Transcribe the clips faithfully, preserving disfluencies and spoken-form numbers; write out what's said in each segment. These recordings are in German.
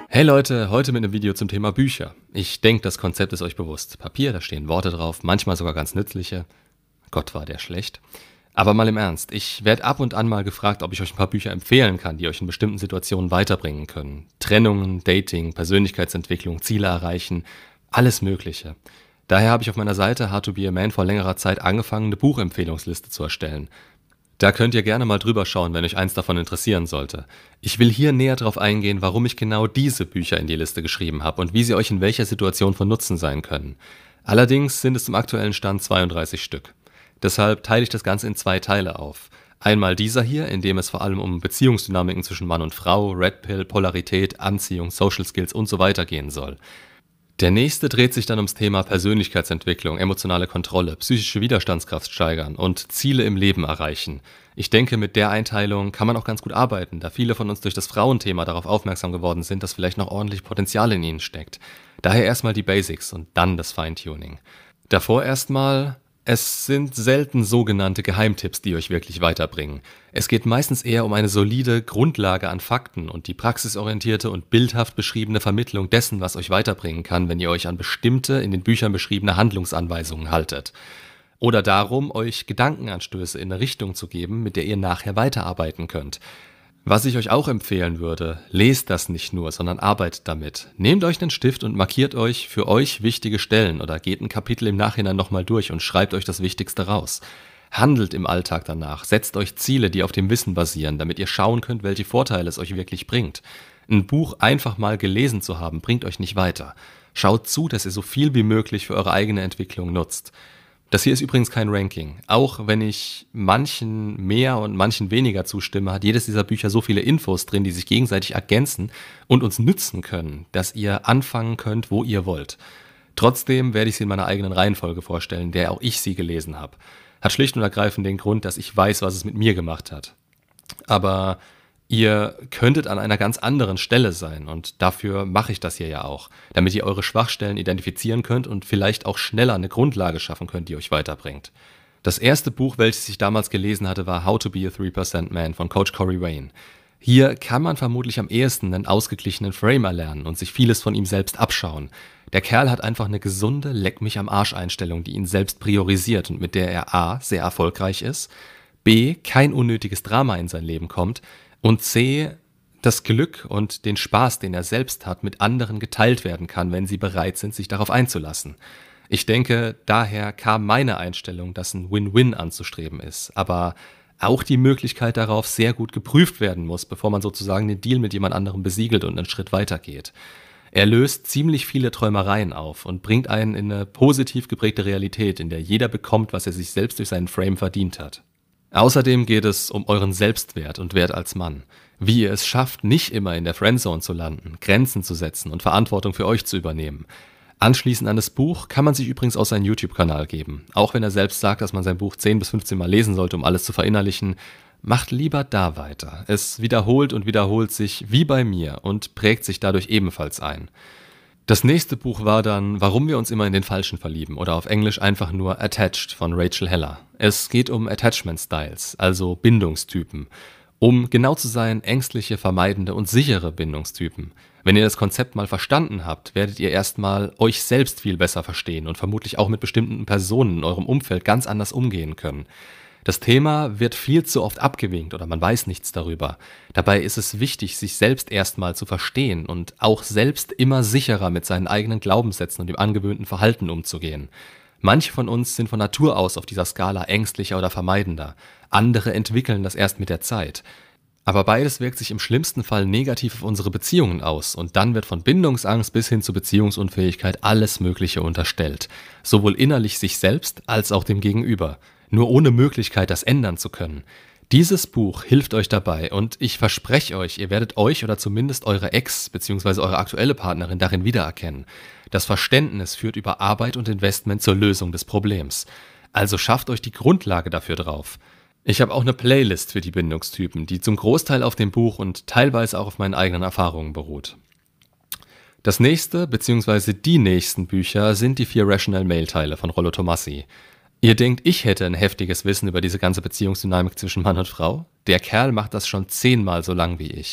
Hey Leute, heute mit einem Video zum Thema Bücher. Ich denke, das Konzept ist euch bewusst. Papier, da stehen Worte drauf, manchmal sogar ganz nützliche. Gott, war der schlecht. Aber mal im Ernst, ich werde ab und an mal gefragt, ob ich euch ein paar Bücher empfehlen kann, die euch in bestimmten Situationen weiterbringen können. Trennungen, Dating, Persönlichkeitsentwicklung, Ziele erreichen, alles Mögliche. Daher habe ich auf meiner Seite How to Be a Man vor längerer Zeit angefangen, eine Buchempfehlungsliste zu erstellen. Da könnt ihr gerne mal drüber schauen, wenn euch eins davon interessieren sollte. Ich will hier näher darauf eingehen, warum ich genau diese Bücher in die Liste geschrieben habe und wie sie euch in welcher Situation von Nutzen sein können. Allerdings sind es zum aktuellen Stand zweiunddreißig Stück. Deshalb teile ich das Ganze in zwei Teile auf. Einmal dieser hier, in dem es vor allem um Beziehungsdynamiken zwischen Mann und Frau, Red Pill, Polarität, Anziehung, Social Skills und so weiter gehen soll. Der nächste dreht sich dann ums Thema Persönlichkeitsentwicklung, emotionale Kontrolle, psychische Widerstandskraft steigern und Ziele im Leben erreichen. Ich denke, mit der Einteilung kann man auch ganz gut arbeiten, da viele von uns durch das Frauenthema darauf aufmerksam geworden sind, dass vielleicht noch ordentlich Potenzial in ihnen steckt. Daher erstmal die Basics und dann das Feintuning. Davor erstmal: Es sind selten sogenannte Geheimtipps, die euch wirklich weiterbringen. Es geht meistens eher um eine solide Grundlage an Fakten und die praxisorientierte und bildhaft beschriebene Vermittlung dessen, was euch weiterbringen kann, wenn ihr euch an bestimmte, in den Büchern beschriebene Handlungsanweisungen haltet. Oder darum, euch Gedankenanstöße in eine Richtung zu geben, mit der ihr nachher weiterarbeiten könnt. Was ich euch auch empfehlen würde: Lest das nicht nur, sondern arbeitet damit. Nehmt euch einen Stift und markiert euch für euch wichtige Stellen oder geht ein Kapitel im Nachhinein nochmal durch und schreibt euch das Wichtigste raus. Handelt im Alltag danach, setzt euch Ziele, die auf dem Wissen basieren, damit ihr schauen könnt, welche Vorteile es euch wirklich bringt. Ein Buch einfach mal gelesen zu haben, bringt euch nicht weiter. Schaut zu, dass ihr so viel wie möglich für eure eigene Entwicklung nutzt. Das hier ist übrigens kein Ranking. Auch wenn ich manchen mehr und manchen weniger zustimme, hat jedes dieser Bücher so viele Infos drin, die sich gegenseitig ergänzen und uns nützen können, dass ihr anfangen könnt, wo ihr wollt. Trotzdem werde ich sie in meiner eigenen Reihenfolge vorstellen, der auch ich sie gelesen habe. Hat schlicht und ergreifend den Grund, dass ich weiß, was es mit mir gemacht hat. Aber ihr könntet an einer ganz anderen Stelle sein und dafür mache ich das hier ja auch, damit ihr eure Schwachstellen identifizieren könnt und vielleicht auch schneller eine Grundlage schaffen könnt, die euch weiterbringt. Das erste Buch, welches ich damals gelesen hatte, war How to Be a three percent Man von Coach Corey Wayne. Hier kann man vermutlich am ehesten einen ausgeglichenen Frame erlernen und sich vieles von ihm selbst abschauen. Der Kerl hat einfach eine gesunde Leck-mich-am-Arsch-Einstellung, die ihn selbst priorisiert und mit der er a. sehr erfolgreich ist, b. kein unnötiges Drama in sein Leben kommt und c. das Glück und den Spaß, den er selbst hat, mit anderen geteilt werden kann, wenn sie bereit sind, sich darauf einzulassen. Ich denke, daher kam meine Einstellung, dass ein Win-Win anzustreben ist, aber auch die Möglichkeit darauf sehr gut geprüft werden muss, bevor man sozusagen den Deal mit jemand anderem besiegelt und einen Schritt weitergeht. Er löst ziemlich viele Träumereien auf und bringt einen in eine positiv geprägte Realität, in der jeder bekommt, was er sich selbst durch seinen Frame verdient hat. Außerdem geht es um euren Selbstwert und Wert als Mann. Wie ihr es schafft, nicht immer in der Friendzone zu landen, Grenzen zu setzen und Verantwortung für euch zu übernehmen. Anschließend an das Buch kann man sich übrigens auch seinen YouTube-Kanal geben. Auch wenn er selbst sagt, dass man sein Buch zehn bis fünfzehn Mal lesen sollte, um alles zu verinnerlichen, macht lieber da weiter. Es wiederholt und wiederholt sich wie bei mir und prägt sich dadurch ebenfalls ein. Das nächste Buch war dann Warum wir uns immer in den Falschen verlieben oder auf Englisch einfach nur Attached von Rachel Heller. Es geht um Attachment Styles, also Bindungstypen. Um genau zu sein, ängstliche, vermeidende und sichere Bindungstypen. Wenn ihr das Konzept mal verstanden habt, werdet ihr erstmal euch selbst viel besser verstehen und vermutlich auch mit bestimmten Personen in eurem Umfeld ganz anders umgehen können. Das Thema wird viel zu oft abgewinkt oder man weiß nichts darüber. Dabei ist es wichtig, sich selbst erstmal zu verstehen und auch selbst immer sicherer mit seinen eigenen Glaubenssätzen und dem angewöhnten Verhalten umzugehen. Manche von uns sind von Natur aus auf dieser Skala ängstlicher oder vermeidender. Andere entwickeln das erst mit der Zeit. Aber beides wirkt sich im schlimmsten Fall negativ auf unsere Beziehungen aus und dann wird von Bindungsangst bis hin zu Beziehungsunfähigkeit alles Mögliche unterstellt. Sowohl innerlich sich selbst als auch dem Gegenüber. Nur ohne Möglichkeit, das ändern zu können. Dieses Buch hilft euch dabei und ich verspreche euch, ihr werdet euch oder zumindest eure Ex- bzw. eure aktuelle Partnerin darin wiedererkennen. Das Verständnis führt über Arbeit und Investment zur Lösung des Problems. Also schafft euch die Grundlage dafür drauf. Ich habe auch eine Playlist für die Bindungstypen, die zum Großteil auf dem Buch und teilweise auch auf meinen eigenen Erfahrungen beruht. Das nächste bzw. die nächsten Bücher sind die vier Rational Male-Teile von Rollo Tomassi. Ihr denkt, ich hätte ein heftiges Wissen über diese ganze Beziehungsdynamik zwischen Mann und Frau? Der Kerl macht das schon zehnmal so lang wie ich.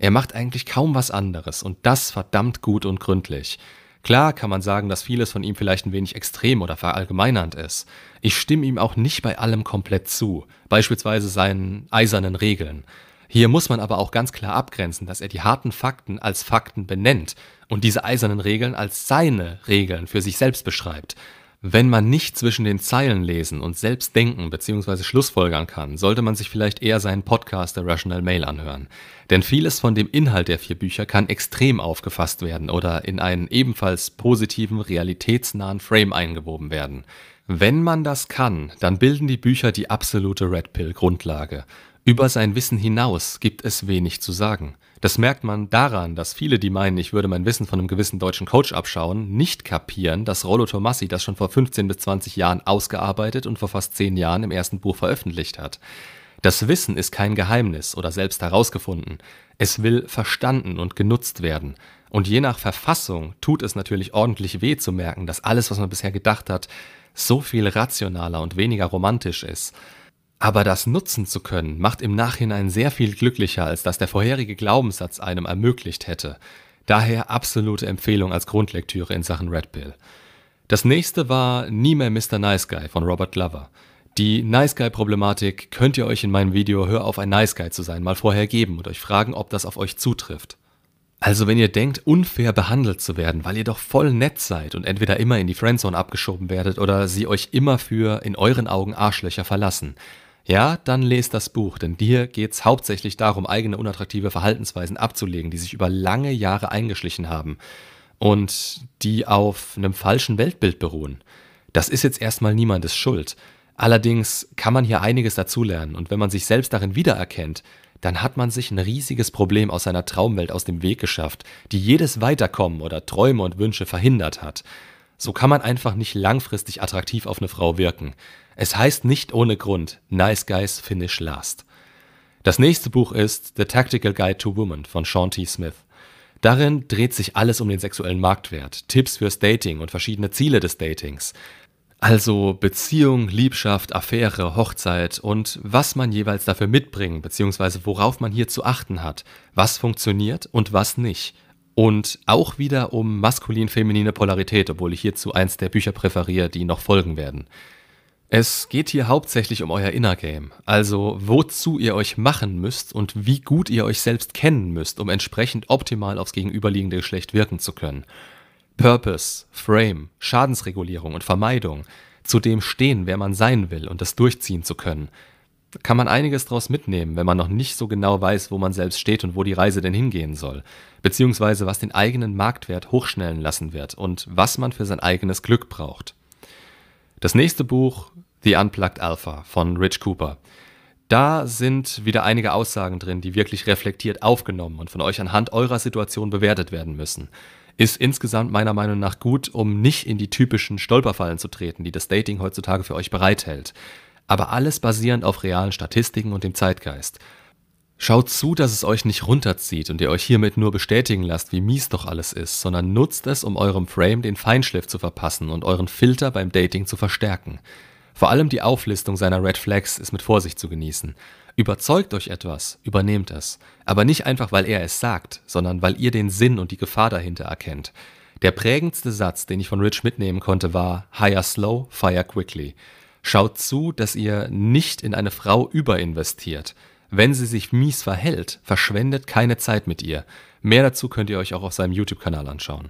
Er macht eigentlich kaum was anderes und das verdammt gut und gründlich. Klar kann man sagen, dass vieles von ihm vielleicht ein wenig extrem oder verallgemeinernd ist. Ich stimme ihm auch nicht bei allem komplett zu, beispielsweise seinen eisernen Regeln. Hier muss man aber auch ganz klar abgrenzen, dass er die harten Fakten als Fakten benennt und diese eisernen Regeln als seine Regeln für sich selbst beschreibt. Wenn man nicht zwischen den Zeilen lesen und selbst denken bzw. schlussfolgern kann, sollte man sich vielleicht eher seinen Podcast The Rational Male anhören. Denn vieles von dem Inhalt der vier Bücher kann extrem aufgefasst werden oder in einen ebenfalls positiven, realitätsnahen Frame eingewoben werden. Wenn man das kann, dann bilden die Bücher die absolute Red Pill-Grundlage. Über sein Wissen hinaus gibt es wenig zu sagen. Das merkt man daran, dass viele, die meinen, ich würde mein Wissen von einem gewissen deutschen Coach abschauen, nicht kapieren, dass Rollo Tomassi das schon vor fünfzehn bis zwanzig Jahren ausgearbeitet und vor fast zehn Jahren im ersten Buch veröffentlicht hat. Das Wissen ist kein Geheimnis oder selbst herausgefunden. Es will verstanden und genutzt werden. Und je nach Verfassung tut es natürlich ordentlich weh zu merken, dass alles, was man bisher gedacht hat, so viel rationaler und weniger romantisch ist. Aber das nutzen zu können, macht im Nachhinein sehr viel glücklicher, als das der vorherige Glaubenssatz einem ermöglicht hätte. Daher absolute Empfehlung als Grundlektüre in Sachen Red Pill. Das nächste war Nie mehr Mister Nice Guy von Robert Glover. Die Nice Guy-Problematik könnt ihr euch in meinem Video Hör auf, ein Nice Guy zu sein mal vorher geben und euch fragen, ob das auf euch zutrifft. Also wenn ihr denkt, unfair behandelt zu werden, weil ihr doch voll nett seid und entweder immer in die Friendzone abgeschoben werdet oder sie euch immer für in euren Augen Arschlöcher verlassen, ja, dann lest das Buch, denn hier geht's hauptsächlich darum, eigene unattraktive Verhaltensweisen abzulegen, die sich über lange Jahre eingeschlichen haben und die auf einem falschen Weltbild beruhen. Das ist jetzt erstmal niemandes Schuld. Allerdings kann man hier einiges dazulernen und wenn man sich selbst darin wiedererkennt, dann hat man sich ein riesiges Problem aus seiner Traumwelt aus dem Weg geschafft, die jedes Weiterkommen oder Träume und Wünsche verhindert hat. So kann man einfach nicht langfristig attraktiv auf eine Frau wirken. Es heißt nicht ohne Grund, Nice Guys finish last. Das nächste Buch ist The Tactical Guide to Woman von Sean T. Smith. Darin dreht sich alles um den sexuellen Marktwert, Tipps fürs Dating und verschiedene Ziele des Datings. Also Beziehung, Liebschaft, Affäre, Hochzeit und was man jeweils dafür mitbringen bzw. worauf man hier zu achten hat, was funktioniert und was nicht. Und auch wieder um maskulin-feminine Polarität, obwohl ich hierzu eins der Bücher präferiere, die noch folgen werden. Es geht hier hauptsächlich um euer Inner Game, also wozu ihr euch machen müsst und wie gut ihr euch selbst kennen müsst, um entsprechend optimal aufs gegenüberliegende Geschlecht wirken zu können. Purpose, Frame, Schadensregulierung und Vermeidung, zu dem stehen, wer man sein will und das durchziehen zu können. Da kann man einiges draus mitnehmen, wenn man noch nicht so genau weiß, wo man selbst steht und wo die Reise denn hingehen soll, beziehungsweise was den eigenen Marktwert hochschnellen lassen wird und was man für sein eigenes Glück braucht. Das nächste Buch, The Unplugged Alpha von Rich Cooper. Da sind wieder einige Aussagen drin, die wirklich reflektiert aufgenommen und von euch anhand eurer Situation bewertet werden müssen. Ist insgesamt meiner Meinung nach gut, um nicht in die typischen Stolperfallen zu treten, die das Dating heutzutage für euch bereithält. Aber alles basierend auf realen Statistiken und dem Zeitgeist. Schaut zu, dass es euch nicht runterzieht und ihr euch hiermit nur bestätigen lasst, wie mies doch alles ist, sondern nutzt es, um eurem Frame den Feinschliff zu verpassen und euren Filter beim Dating zu verstärken. Vor allem die Auflistung seiner Red Flags ist mit Vorsicht zu genießen. Überzeugt euch etwas, übernehmt es. Aber nicht einfach, weil er es sagt, sondern weil ihr den Sinn und die Gefahr dahinter erkennt. Der prägendste Satz, den ich von Rich mitnehmen konnte, war Hire slow, fire quickly. Schaut zu, dass ihr nicht in eine Frau überinvestiert. Wenn sie sich mies verhält, verschwendet keine Zeit mit ihr. Mehr dazu könnt ihr euch auch auf seinem YouTube-Kanal anschauen.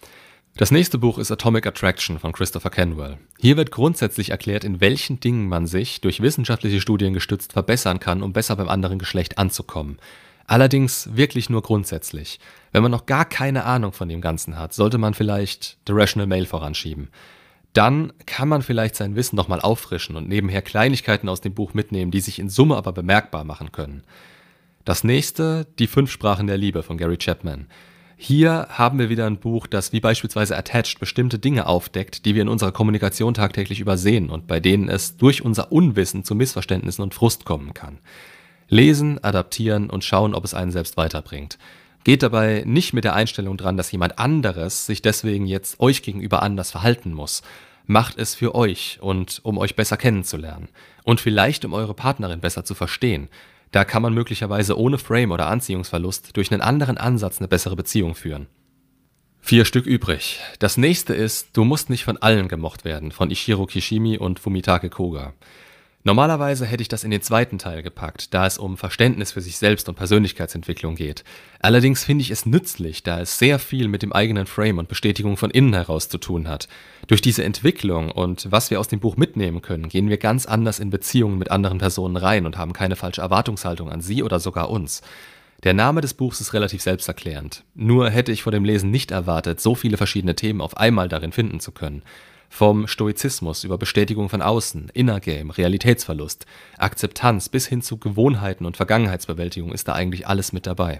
Das nächste Buch ist Atomic Attraction von Christopher Canwell. Hier wird grundsätzlich erklärt, in welchen Dingen man sich durch wissenschaftliche Studien gestützt verbessern kann, um besser beim anderen Geschlecht anzukommen. Allerdings wirklich nur grundsätzlich. Wenn man noch gar keine Ahnung von dem Ganzen hat, sollte man vielleicht The Rational Male voranschieben. Dann kann man vielleicht sein Wissen nochmal auffrischen und nebenher Kleinigkeiten aus dem Buch mitnehmen, die sich in Summe aber bemerkbar machen können. Das nächste, Die fünf Sprachen der Liebe von Gary Chapman. Hier haben wir wieder ein Buch, das wie beispielsweise Attached bestimmte Dinge aufdeckt, die wir in unserer Kommunikation tagtäglich übersehen und bei denen es durch unser Unwissen zu Missverständnissen und Frust kommen kann. Lesen, adaptieren und schauen, ob es einen selbst weiterbringt. Geht dabei nicht mit der Einstellung dran, dass jemand anderes sich deswegen jetzt euch gegenüber anders verhalten muss. Macht es für euch und um euch besser kennenzulernen. Und vielleicht um eure Partnerin besser zu verstehen. Da kann man möglicherweise ohne Frame oder Anziehungsverlust durch einen anderen Ansatz eine bessere Beziehung führen. Vier Stück übrig. Das nächste ist, du musst nicht von allen gemocht werden, von Ichiro Kishimi und Fumitake Koga. Normalerweise hätte ich das in den zweiten Teil gepackt, da es um Verständnis für sich selbst und Persönlichkeitsentwicklung geht. Allerdings finde ich es nützlich, da es sehr viel mit dem eigenen Frame und Bestätigung von innen heraus zu tun hat. Durch diese Entwicklung und was wir aus dem Buch mitnehmen können, gehen wir ganz anders in Beziehungen mit anderen Personen rein und haben keine falsche Erwartungshaltung an sie oder sogar uns. Der Name des Buchs ist relativ selbsterklärend. Nur hätte ich vor dem Lesen nicht erwartet, so viele verschiedene Themen auf einmal darin finden zu können. Vom Stoizismus über Bestätigung von außen, Inner Game, Realitätsverlust, Akzeptanz bis hin zu Gewohnheiten und Vergangenheitsbewältigung ist da eigentlich alles mit dabei.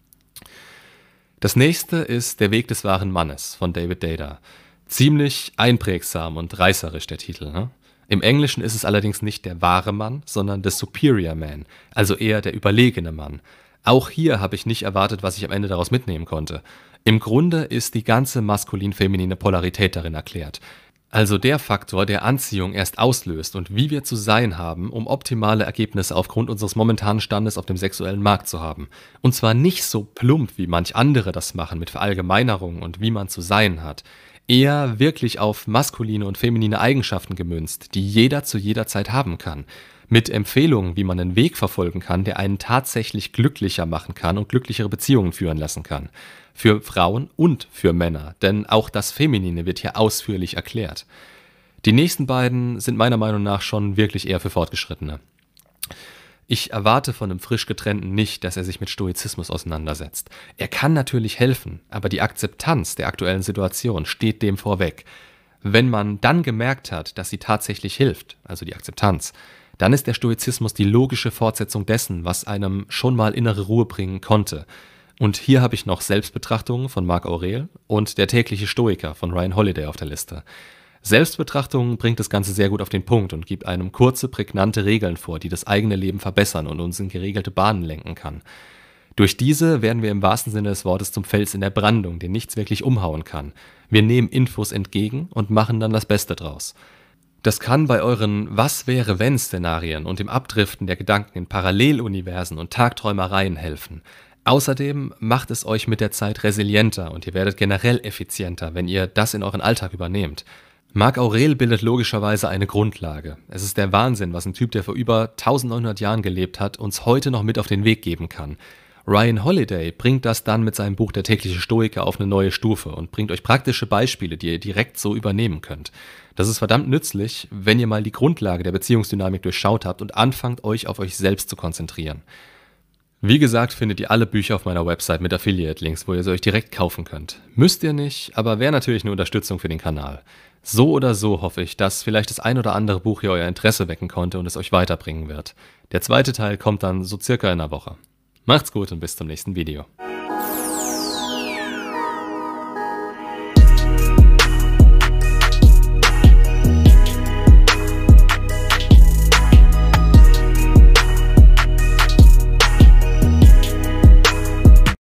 Das nächste ist Der Weg des wahren Mannes von David Deida. Ziemlich einprägsam und reißerisch der Titel, ne? Im Englischen ist es allerdings nicht der wahre Mann, sondern the superior man, also eher der überlegene Mann. Auch hier habe ich nicht erwartet, was ich am Ende daraus mitnehmen konnte. Im Grunde ist die ganze maskulin-feminine Polarität darin erklärt. Also der Faktor, der Anziehung erst auslöst und wie wir zu sein haben, um optimale Ergebnisse aufgrund unseres momentanen Standes auf dem sexuellen Markt zu haben. Und zwar nicht so plump, wie manch andere das machen, mit Verallgemeinerungen und wie man zu sein hat. Eher wirklich auf maskuline und feminine Eigenschaften gemünzt, die jeder zu jeder Zeit haben kann. Mit Empfehlungen, wie man einen Weg verfolgen kann, der einen tatsächlich glücklicher machen kann und glücklichere Beziehungen führen lassen kann. Für Frauen und für Männer, denn auch das Feminine wird hier ausführlich erklärt. Die nächsten beiden sind meiner Meinung nach schon wirklich eher für Fortgeschrittene. Ich erwarte von einem frisch getrennten nicht, dass er sich mit Stoizismus auseinandersetzt. Er kann natürlich helfen, aber die Akzeptanz der aktuellen Situation steht dem vorweg. Wenn man dann gemerkt hat, dass sie tatsächlich hilft, also die Akzeptanz, dann ist der Stoizismus die logische Fortsetzung dessen, was einem schon mal innere Ruhe bringen konnte. Und hier habe ich noch Selbstbetrachtungen von Marc Aurel und Der tägliche Stoiker von Ryan Holiday auf der Liste. Selbstbetrachtung bringt das Ganze sehr gut auf den Punkt und gibt einem kurze, prägnante Regeln vor, die das eigene Leben verbessern und uns in geregelte Bahnen lenken kann. Durch diese werden wir im wahrsten Sinne des Wortes zum Fels in der Brandung, den nichts wirklich umhauen kann. Wir nehmen Infos entgegen und machen dann das Beste draus. Das kann bei euren Was-wäre-wenn-Szenarien und dem Abdriften der Gedanken in Paralleluniversen und Tagträumereien helfen. Außerdem macht es euch mit der Zeit resilienter und ihr werdet generell effizienter, wenn ihr das in euren Alltag übernehmt. Marc Aurel bildet logischerweise eine Grundlage. Es ist der Wahnsinn, was ein Typ, der vor über eintausendneunhundert Jahren gelebt hat, uns heute noch mit auf den Weg geben kann. Ryan Holiday bringt das dann mit seinem Buch Der tägliche Stoiker auf eine neue Stufe und bringt euch praktische Beispiele, die ihr direkt so übernehmen könnt. Das ist verdammt nützlich, wenn ihr mal die Grundlage der Beziehungsdynamik durchschaut habt und anfangt, euch auf euch selbst zu konzentrieren. Wie gesagt, findet ihr alle Bücher auf meiner Website mit Affiliate-Links, wo ihr sie euch direkt kaufen könnt. Müsst ihr nicht, aber wäre natürlich eine Unterstützung für den Kanal. So oder so hoffe ich, dass vielleicht das ein oder andere Buch hier euer Interesse wecken konnte und es euch weiterbringen wird. Der zweite Teil kommt dann so circa in einer Woche. Macht's gut und bis zum nächsten Video.